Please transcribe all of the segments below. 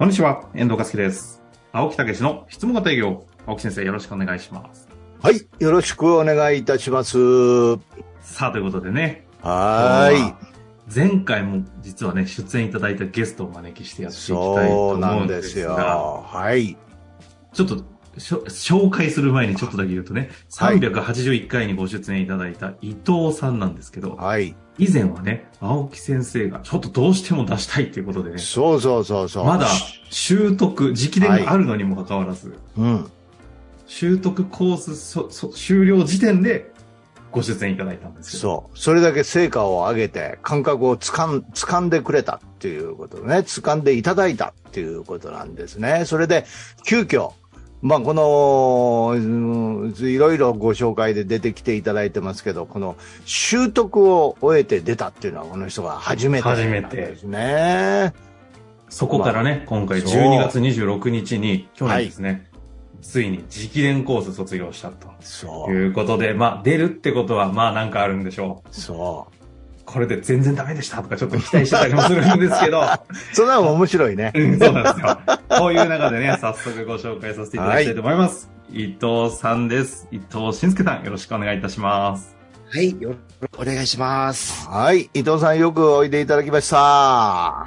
こんにちは、遠藤和樹です。青木武の質問型営業。青木先生、よろしくお願いします。 はい、よろしくお願いいたします。 さあ、ということでね。前回も実はね、出演いただいたゲストをお招きしてやっていきたいと思うんですが。 はい。 ちょっと、紹介する前にちょっとだけ言うとね、381回にご出演いただいた伊藤さんなんですけど、 はい。 以前はね、青木先生がちょっとどうしても出したいということでね。 そう。 まだ習得、直伝があるのにもかかわらず、習得コース終了時点でご出演いただいたんですよ。 そう。それだけ成果を上げて、感覚を掴んでくれたっていうことね。掴んでいただいたっていうことなんですね。それで、急遽、この、いろいろご紹介で出てきていただいてますけど、この習得を終えて出たっていうのはこの人が初めてなんですね。 そこからね、今回12月26日に、去年ですね、ついに直伝コース卒業したということで、出るってことは、なんかあるんでしょう。 そう。 これで全然ダメでしたとかちょっと期待してたりもするんですけど。 そんなの面白いね。 そうなんですよ。こういう中でね、早速ご紹介させていただきたいと思います。伊藤さんです。伊藤慎介さん、よろしくお願いいたします。 はい、よろしくお願いします。 はい、伊藤さんよくおいでいただきました。 はい、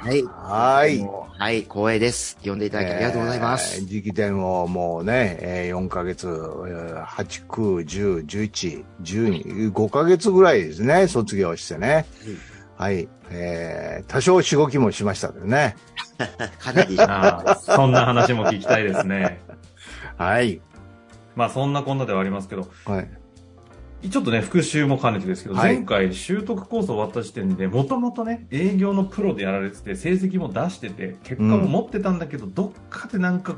光栄です。呼んでいただきありがとうございます。 直伝をもうね、4ヶ月、8、9、10、11、12、5ヶ月ぐらいですね、卒業してね。はい、多少しごきもしましたけどね。 かなり。 そんな話も聞きたいですね。 はい。 そんなこんなではありますけど、 はい。 ちょっとね、復習も兼ねてですけど、前回習得コース終わった時点で、もともとね、営業のプロでやられてて、成績も出してて、結果も持ってたんだけど、どっかでなんか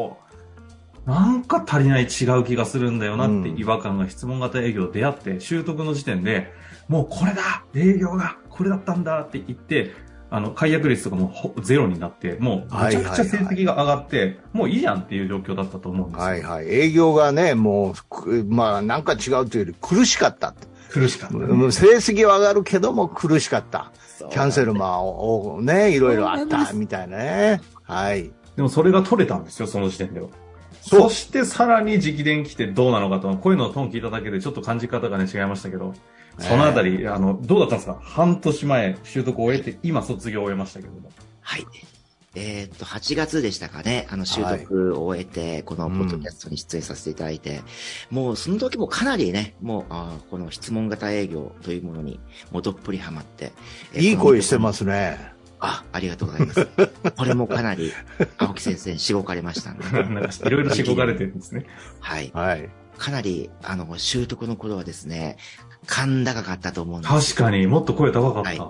足りない違う気がするんだよなって違和感が質問型営業で出会って、習得の時点で、もうこれだ営業がこれだったんだって言って、解約率とかもゼロになって、もうめちゃくちゃ成績が上がって、もういいじゃんっていう状況だったと思うんですよ。 はいはい。営業がね、もう、なんか違うというより苦しかった。 苦しかった、ね。 成績は上がるけども苦しかった。キャンセルをね、いろいろあったみたいなね。はい。 でもそれが取れたんですよ、その時点では。そしてさらに直伝来てどうなのかと、こういうのをトーン聞いただけでちょっと感じ方がね、違いましたけど、そのあたり、どうだったんですか？半年前、習得を終えて、今卒業を終えましたけども。 はい。8月でしたかね、習得を終えて、このポッドキャストに出演させていただいて、もうその時もかなりね、もう、この質問型営業というものに、もうどっぷりハマって。 いい声してますね。 ありがとうございます。これもかなり、青木先生にしごかれましたんで。 いろいろしごかれてるんですね。 はい。 はい。 かなり、習得の頃はですね、甲高かったと思うんです。 確かにもっと声高かった。 はい。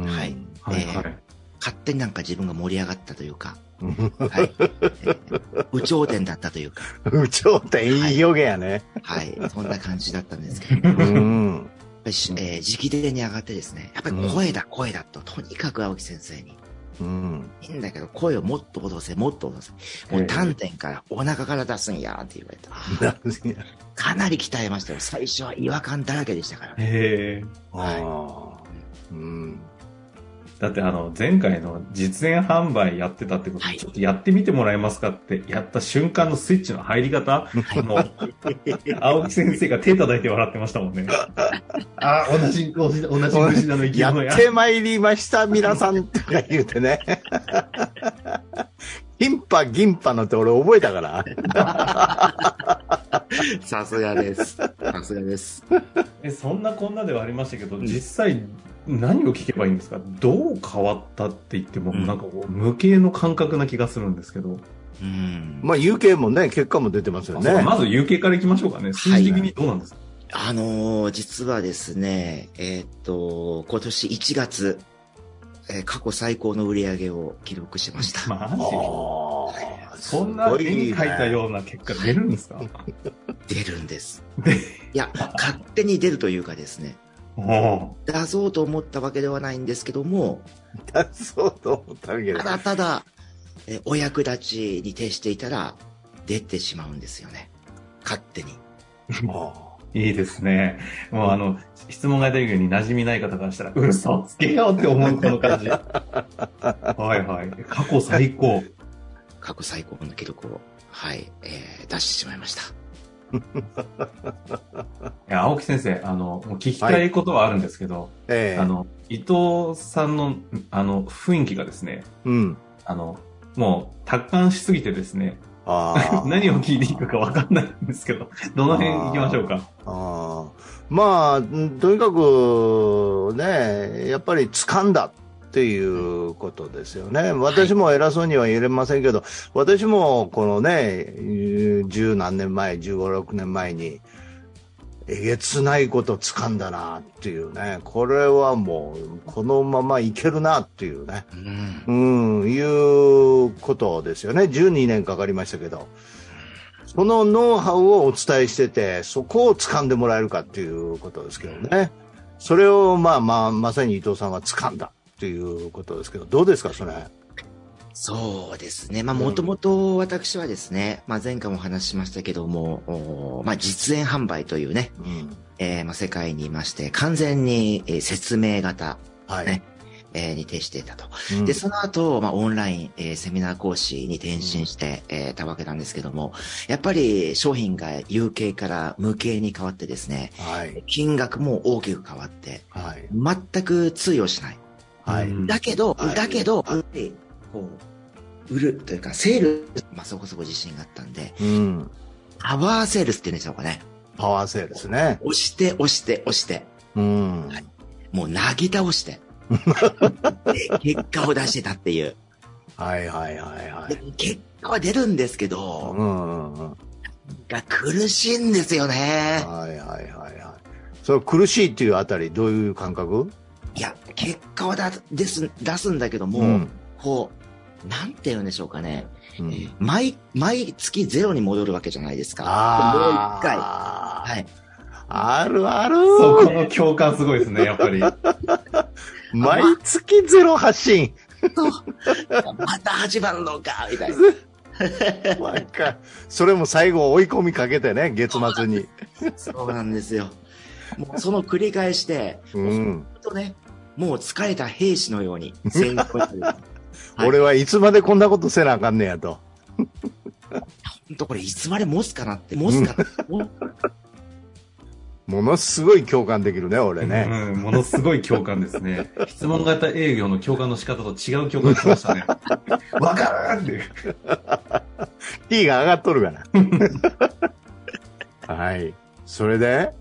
勝手になんか自分が盛り上がったというか、はい。有頂天だったというか。 有頂天、いい表現やね。 はい。そんな感じだったんですけど。直伝に上がってですね、やっぱり声だと、とにかく青木先生に。いいんだけど、声をもっと戻せ。もう丹田からお腹から出すんやって言われた。かなり鍛えましたよ。最初は違和感だらけでしたからね。 だって前回の実演販売やってたってことで、ちょっとやってみてもらえますかってやった瞬間のスイッチの入り方、もう、青木先生が手叩いて笑ってましたもんね。同じ虫なの生き物や。 やってまいりました、皆さんとか言うてね。銀波のって俺覚えたから。 さすがです。 そんなこんなではありましたけど、実際何を聞けばいいんですか？どう変わったって言っても、なんか無形の感覚な気がするんですけど。 有形もね、結果も出てますよね。 まず有形からいきましょうかね。数字的にどうなんですか？ 実はですね、今年1月、過去最高の売り上げを記録しました。 マジ？そんな絵に描いたような結果出るんですか？ 出るんです。いや、勝手に出るというかですね。出そうと思ったわけではないんですけども。 ただ、 お役立ちに徹していたら出てしまうんですよね。勝手に。 いいですね。もう質問型営業に馴染みない方からしたら、嘘つけようって思うこの感じ。はい。過去最高。 過去最高の記録を、はい、出してしまいました。 いや、青木先生、もう聞きたいことはあるんですけど、伊藤さんの、雰囲気がですね、もう、達観しすぎてですね、何を聞いていいかわかんないんですけど、どの辺行きましょうか。 まあ、とにかく、ね、やっぱり掴んだっていうことですよね。私も偉そうには言えませんけど、私もこのね、十何年前、15、6年前に、えげつないこと掴んだなっていうね、これはもう、このままいけるなっていうね、いうことですよね。12年かかりましたけど、そのノウハウをお伝えしてて、そこを掴んでもらえるかっていうことですけどね。それをまさに伊藤さんは掴んだっていうことですけど、どうですか、それ。 そうですね。もともと私はですね、前回もお話ししましたけども、実演販売というね、世界にいまして、完全に、説明型、ね、に徹していたと。で、その後、オンライン、セミナー講師に転身して、たわけなんですけども、やっぱり商品が有形から無形に変わってですね、金額も大きく変わって、全く通用しない。だけど、こう、売るというか、セール、そこそこ自信があったんで、パワーセールスって言うんでしょうかね。 パワーセールスね。 押して。もうなぎ倒して。結果を出してたっていう。結果は出るんですけど、苦しいんですよね。 それ苦しいっていうあたり、どういう感覚？ いや、結果は出すんだけども、こう、なんて言うんでしょうかね。毎月ゼロに戻るわけじゃないですか。もう一回。 あるある。 そこの共感すごいですね、やっぱり。 毎月ゼロ発信。 また始まるのか、みたいな。 それも最後追い込みかけてね、月末に。 そうなんですよ。もうその繰り返しで、本当ね、もう疲れた兵士のように戦闘になる。 俺はいつまでこんなことせなあかんねやと。 本当これいつまで持つかなって。ものすごい共感できるね、俺ね。 ものすごい共感ですね。質問型営業の共感の仕方と違う共感しましたね。わかるっていう。 T が上がっとるかな。はい。それで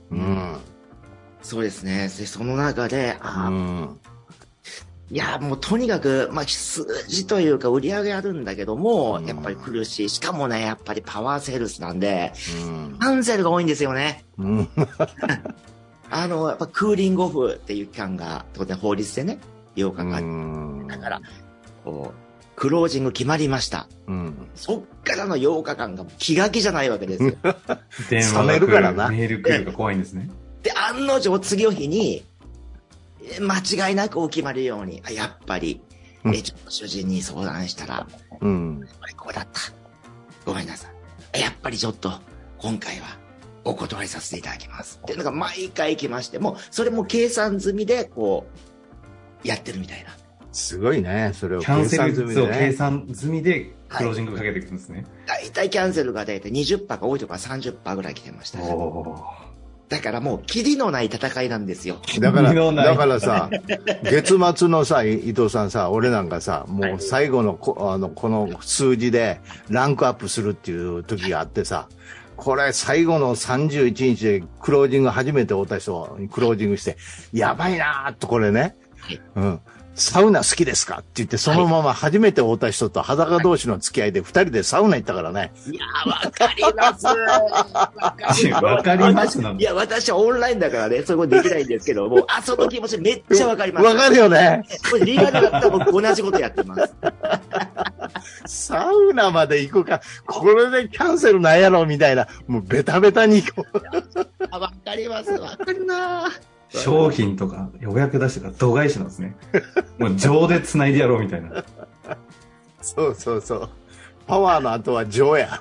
そうですね。その中で、いや、もうとにかく、数字というか売り上げあるんだけども、やっぱり苦しい。しかもね、やっぱりパワーセールスなんで、キャンセルが多いんですよね。やっぱクーリングオフっていう期間が、当然法律でね、8日間。だから、こう、クロージング決まりました。そっからの8日間が気が気じゃないわけですよ。 電話が来るからな。メール来るが怖いんですね。 で、案の定次の日に、間違いなくお決まりように、やっぱり、ちょっと主人に相談したら、やっぱりこうだった。ごめんなさい。やっぱりちょっと、今回はお断りさせていただきます。っていうのが毎回来まして、もう、それも計算済みで、こう、やってるみたいな。 すごいね、それをキャンセル率を計算済みで、クロージングかけていくんですね。 大体キャンセルが大体 20% が多いとか 30% ぐらい来てました、ね。だからもう、キリのない戦いなんですよ。 だからさ、月末のさ、伊藤さんさ、俺なんかさ、もう最後のこの数字でランクアップするっていう時があってさ、これ最後の31日でクロージング初めて会った人にクロージングして、やばいなーっとこれね、サウナ好きですかって言って、そのまま初めて会った人と裸同士の付き合いで2人でサウナ行ったからね。 いやー、わかります。 わかります。 いや、私はオンラインだからね、そういうことできないんですけども、その気持ちめっちゃわかります。 わかるよね。 これリアルだったら僕同じことやってます。 サウナまで行くか、これでキャンセルなんやろみたいな、もうベタベタに行こう。わかります。わかるなー。 商品とか予約出してから度外視なんですね。もう情で繋いでやろうみたいな。 そうそうそう。パワーの後は情や。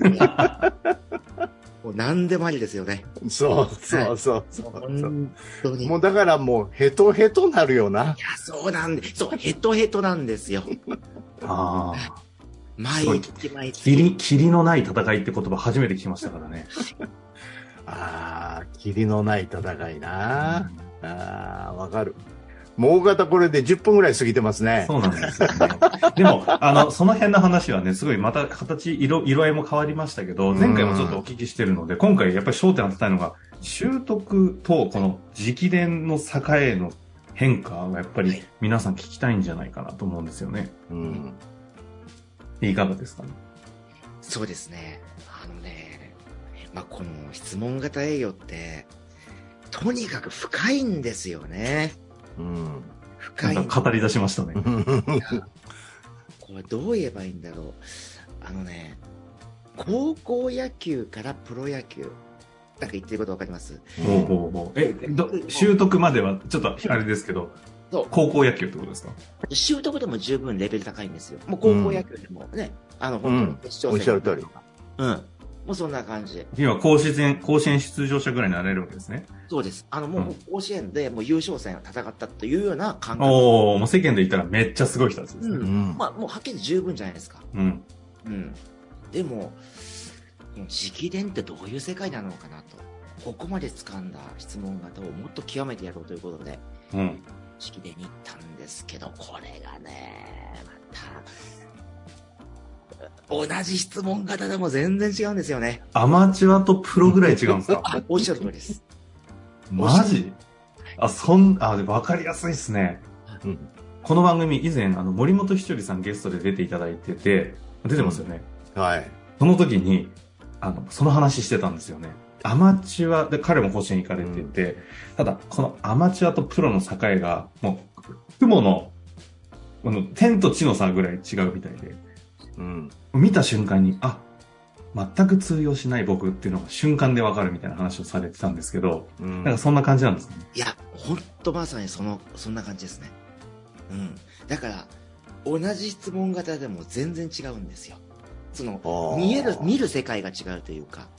もう何でもありですよね。 そうそうそうそう。 本当に。 もうだからもうヘトヘトなるよな。 いや、そうなんで、そう、ヘトヘトなんですよ。 毎日毎日。 霧のない戦いって言葉初めて聞きましたからね。 霧のない戦いな。わかる。もう大方これで10分ぐらい過ぎてますね。 そうなんですよね。でも、その辺の話はね、すごいまた色合いも変わりましたけど、前回もちょっとお聞きしてるので、今回やっぱり焦点当てたいのが、習得とこの直伝の境への変化がやっぱり皆さん聞きたいんじゃないかなと思うんですよね。いかがですかね。 そうですね。この質問型営業って、とにかく深いんですよね。深い。 なんか語り出しましたね。 これどう言えばいいんだろう。高校野球からプロ野球。なんか言ってることわかります？ 習得まではちょっとあれですけど、高校野球ってことですか？ 習得でも十分レベル高いんですよ。もう高校野球でもね、本当に決勝戦。 おっしゃる通り。 もうそんな感じ。 今、甲子園出場者ぐらいになれるわけですね。 そうです。もう甲子園でもう優勝戦を戦ったというような感覚。 もう世間で言ったらめっちゃすごい人たちですね。 もうはっきり十分じゃないですか。でも、直伝ってどういう世界なのかなと。ここまで掴んだ質問型をもっと極めてやろうということで、直伝に行ったんですけど、これがね、また、同じ質問型でも全然違うんですよね。 アマチュアとプロぐらい違うんですか？ おっしゃる通りです。 マジ？わかりやすいですね。この番組以前、森本ひとりさんゲストで出ていただいてて、出てますよね。 はい。 その時に、その話してたんですよね。アマチュアで、彼も甲子園行かれてて、ただ、このアマチュアとプロの境が、もう、雲の、天と地の差ぐらい違うみたいで、見た瞬間に、全く通用しない僕っていうのが瞬間でわかるみたいな話をされてたんですけど、なんかそんな感じなんですかね。 いや、ほんとまさにそんな感じですね。だから、同じ質問型でも全然違うんですよ。見る世界が違うというか。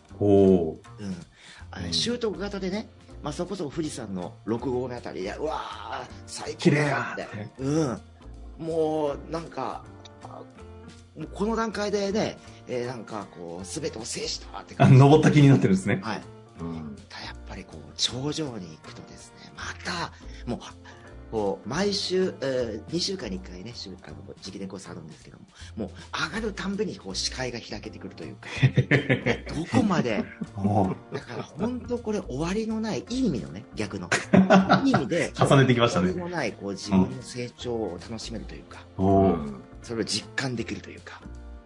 習得型でね、それこそ富士山の6合目あたりで、うわー、最高だなって。もう、なんか、この段階でね、なんかこう、すべてを制したって感じ。 登った気になってるんですね。 はい。やっぱりこう、頂上に行くとですね、また、もう、こう毎週、2週間に1回ね、直伝コースあるんですけども、もう上がるたんびにこう視界が開けてくるというか、どこまで、だから本当これ終わりのない、いい意味のね、逆の、いい意味で、 重ねてきましたね。 終わりのないこう自分の成長を楽しめるというか、それを実感できるというか、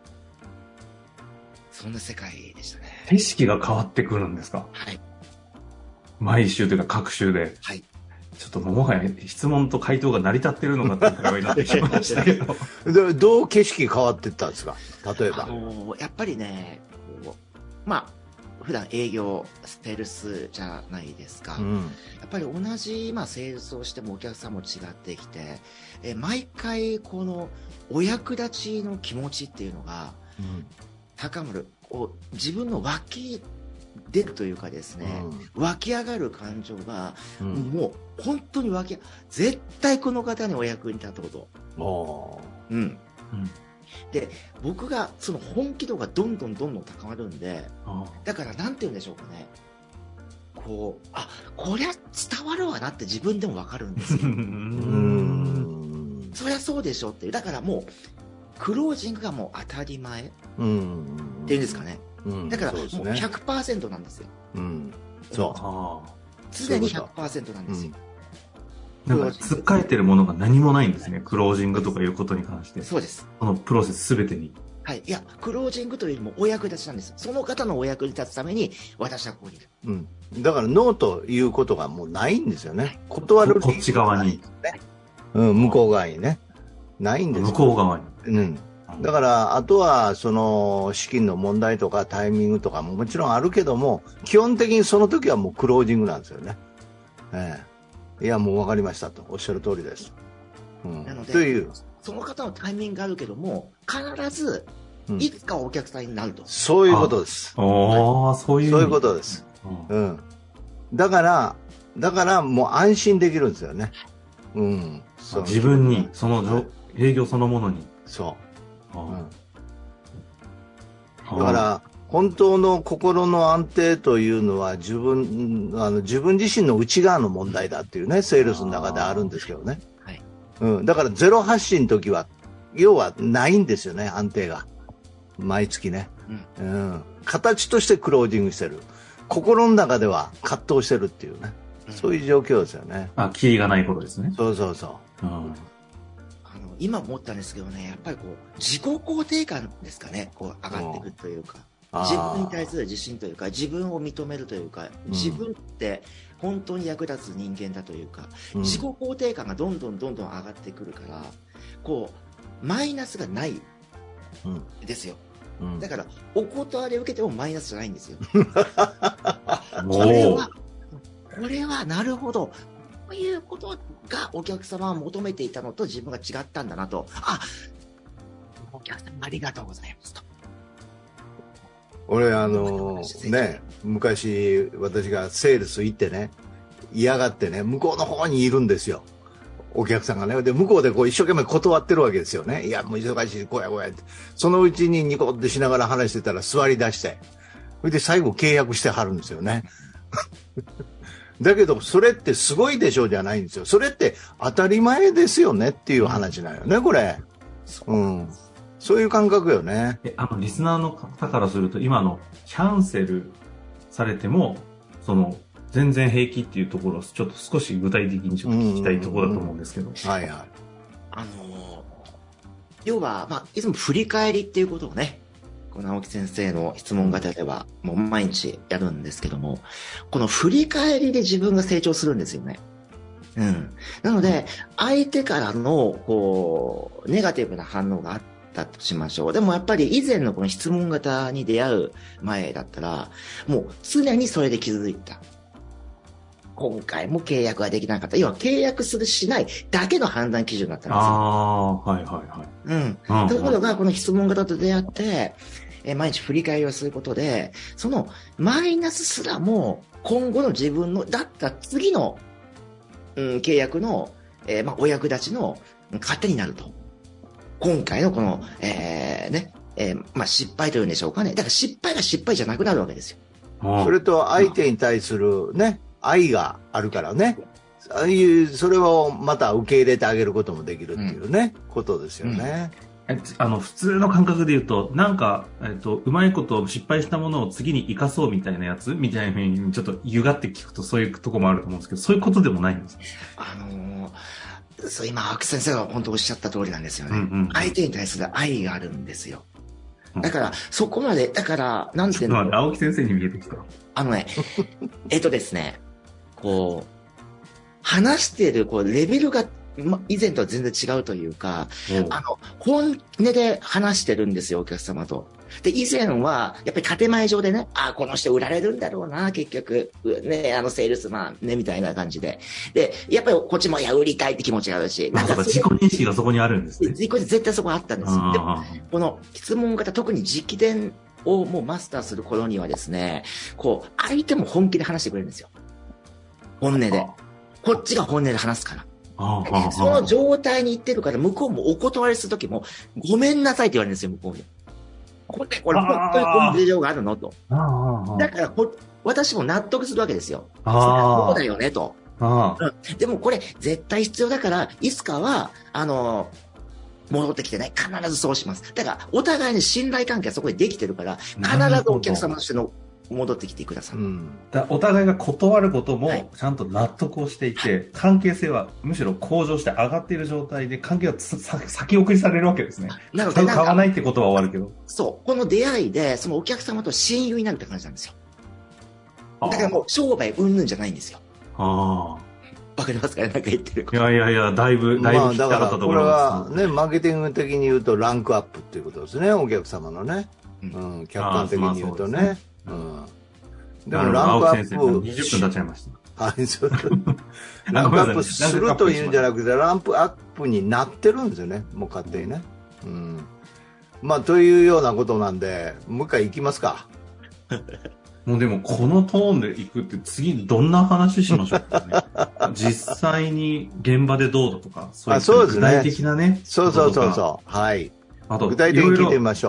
そんな世界でしたね。 景色が変わってくるんですか？ はい。 毎週というか各週で。はい。ちょっともはや質問と回答が成り立ってるのかっていう会話になってきましたけど。 どう景色変わっていったんですか？例えば。 やっぱりね、普段営業、セールスじゃないですか。やっぱり同じ、セールスをしてもお客さんも違ってきて、毎回このお役立ちの気持ちっていうのが、高まる。自分の湧き出るというかですね、湧き上がる感情が、もう本当に絶対この方にお役に立つこと。で、僕がその本気度がどんどん高まるんで、だからなんて言うんでしょうかね。こう、こりゃ伝わるわなって自分でもわかるんですよ。そりゃそうでしょっていう。だからもう、クロージングがもう当たり前っていうんですかね。だからもう 100% なんですよ。常に 100% なんですよ。 なんか、つっかえてるものが何もないんですね。クロージングとかいうことに関して。 そうです。 このプロセスすべてに。 はい。いや、クロージングというよりもお役立ちなんです。その方のお役に立つために、私はここにいる。 だから、ノーということがもうないんですよね。断る。 こっち側に。 向こう側にね。ないんですよ。 向こう側に。 だから、あとは、その、資金の問題とかタイミングとかももちろんあるけども、基本的にその時はもうクロージングなんですよね。いや、もう分かりましたと。おっしゃる通りです。 なので、 という。 その方のタイミングがあるけども、必ず、いつかお客さんになると。 そういうことです。 そういうことです。だからもう安心できるんですよね。 自分に、その営業そのものに。 だから、本当の心の安定というのは自分自身の内側の問題だっていうね、セールスの中であるんですけどね。はい。だからゼロ発信の時は、要はないんですよね、安定が。毎月ね。形としてクロージングしてる。心の中では葛藤してるっていうね。そういう状況ですよね。 キリがないことですね。 そうそうそう。 今思ったんですけどね、やっぱり自己肯定感ですかね、上がっていくというか。自分に対する自信というか、自分を認めるというか、自分って本当に役立つ人間だというか、自己肯定感がどんどん上がってくるから、マイナスがないですよ。だから、お断りを受けてもマイナスじゃないんですよ。これはなるほど。こういうことがお客様は求めていたのと自分が違ったんだなと。お客様ありがとうございますと。 俺昔私がセールス行ってね、嫌がってね、向こうの方にいるんですよ。お客さんがね。で、向こうで一生懸命断ってるわけですよね。いや、もう忙しい、こうやって。そのうちにニコってしながら話してたら座り出して。それで最後契約してはるんですよね。だけど、それってすごいでしょじゃないんですよ。それって当たり前ですよねっていう話なのよね、これ。そういう感覚よね。 リスナーの方からすると、今のキャンセルされても、全然平気っていうところをちょっと少し具体的にちょっと聞きたいところだと思うんですけど。 はいはい。 要は、いつも振り返りっていうことをね、この青木先生の質問型ではもう毎日やるんですけども、この振り返りで自分が成長するんですよね。なので、相手からの、ネガティブな反応があったとしましょう。でもやっぱり以前のこの質問型に出会う前だったら、もう常にそれで気づいた。今回も契約ができなかった。要は契約するしないだけの判断基準だったんですよ。 はいはいはい。 ところがこの質問型と出会って、毎日振り返りをすることで、そのマイナスすらも今後の自分の、だった次の、契約の、お役立ちの糧になると。今回のこの、失敗というんでしょうかね。だから失敗が失敗じゃなくなるわけですよ。 それと相手に対するね、愛があるからね。それをまた受け入れてあげることもできるっていうね、ことですよね。 普通の感覚で言うと、なんか、うまいこと失敗したものを次に生かそうみたいなやつみたいなふうにちょっと歪って聞くとそういうとこもあると思うんですけど、そういうことでもないんですか？ 今、青木先生が本当おっしゃった通りなんですよね。相手に対する愛があるんですよ。だから、そこまで、なんていうの？ 青木先生に見えてきた。 ですね、話してる、レベルが、以前とは全然違うというか、本音で話してるんですよ、お客様と。で、以前は、やっぱり建前上でね、この人売られるんだろうな、結局。ね、セールスマン、ね、みたいな感じで。で、やっぱりこっちも、売りたいって気持ちがあるし。 自己認識がそこにあるんですね。 自己認識絶対そこあったんですよ。でも、この質問型、特に直伝をもうマスターする頃にはですね、相手も本気で話してくれるんですよ。本音で。こっちが本音で話すから。その状態に行ってるから、向こうもお断りするときも、ごめんなさいって言われるんですよ、向こうに。これ、本当にこの事情があるのと。だから私も納得するわけですよ。そうだよね、と。でもこれ、絶対必要だから、いつかは、戻ってきてね、必ずそうします。だから、お互いに信頼関係はそこでできてるから、必ずお客様としての戻ってきてください。 お互いが断ることもちゃんと納得をしていて、関係性はむしろ向上して上がっている状態で関係は先送りされるわけですね。なので買わないってことは終わるけど。 そう。この出会いで、そのお客様と親友になるって感じなんですよ。だからもう商売うんぬんじゃないんですよ。わかりますかね、なんか言ってる。 いや、だいぶ聞きたかったと思います。 だからこれはね、マーケティング的に言うとランクアップっていうことですね、お客様のね。客観的に言うとね。 でもランクアップ20分経っちゃいました。 ランクアップするというんじゃなくて、ランクアップになってるんですよね、もう勝手にね。というようなことなんで、もう一回行きますか。 もうでもこのトーンで行くって次どんな話しましょうかね。実際に現場でどうだとか、そういう具体的なね。 そう。はい。あと具体的に聞いてみましょう。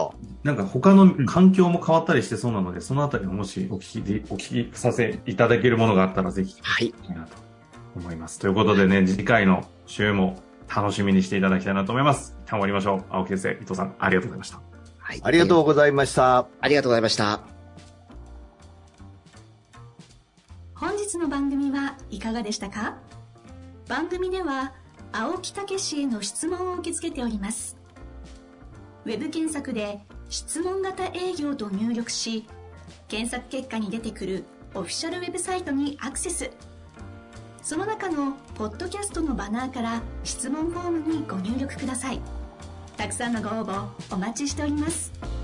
なんか他の環境も変わったりしてそうなので、そのあたりもしお聞きさせいただけるものがあったらぜひ、 はい。 いいなと思います。ということでね、次回の週も楽しみにしていただきたいなと思います。一旦終わりましょう。青木先生、伊藤さん、ありがとうございました。 はい。 ありがとうございました。 ありがとうございました。 本日の番組はいかがでしたか？番組では青木武氏への質問を受け付けております。ウェブ検索で質問型営業と入力し、検索結果に出てくるオフィシャルウェブサイトにアクセス。その中のポッドキャストのバナーから質問フォームにご入力ください。たくさんのご応募お待ちしております。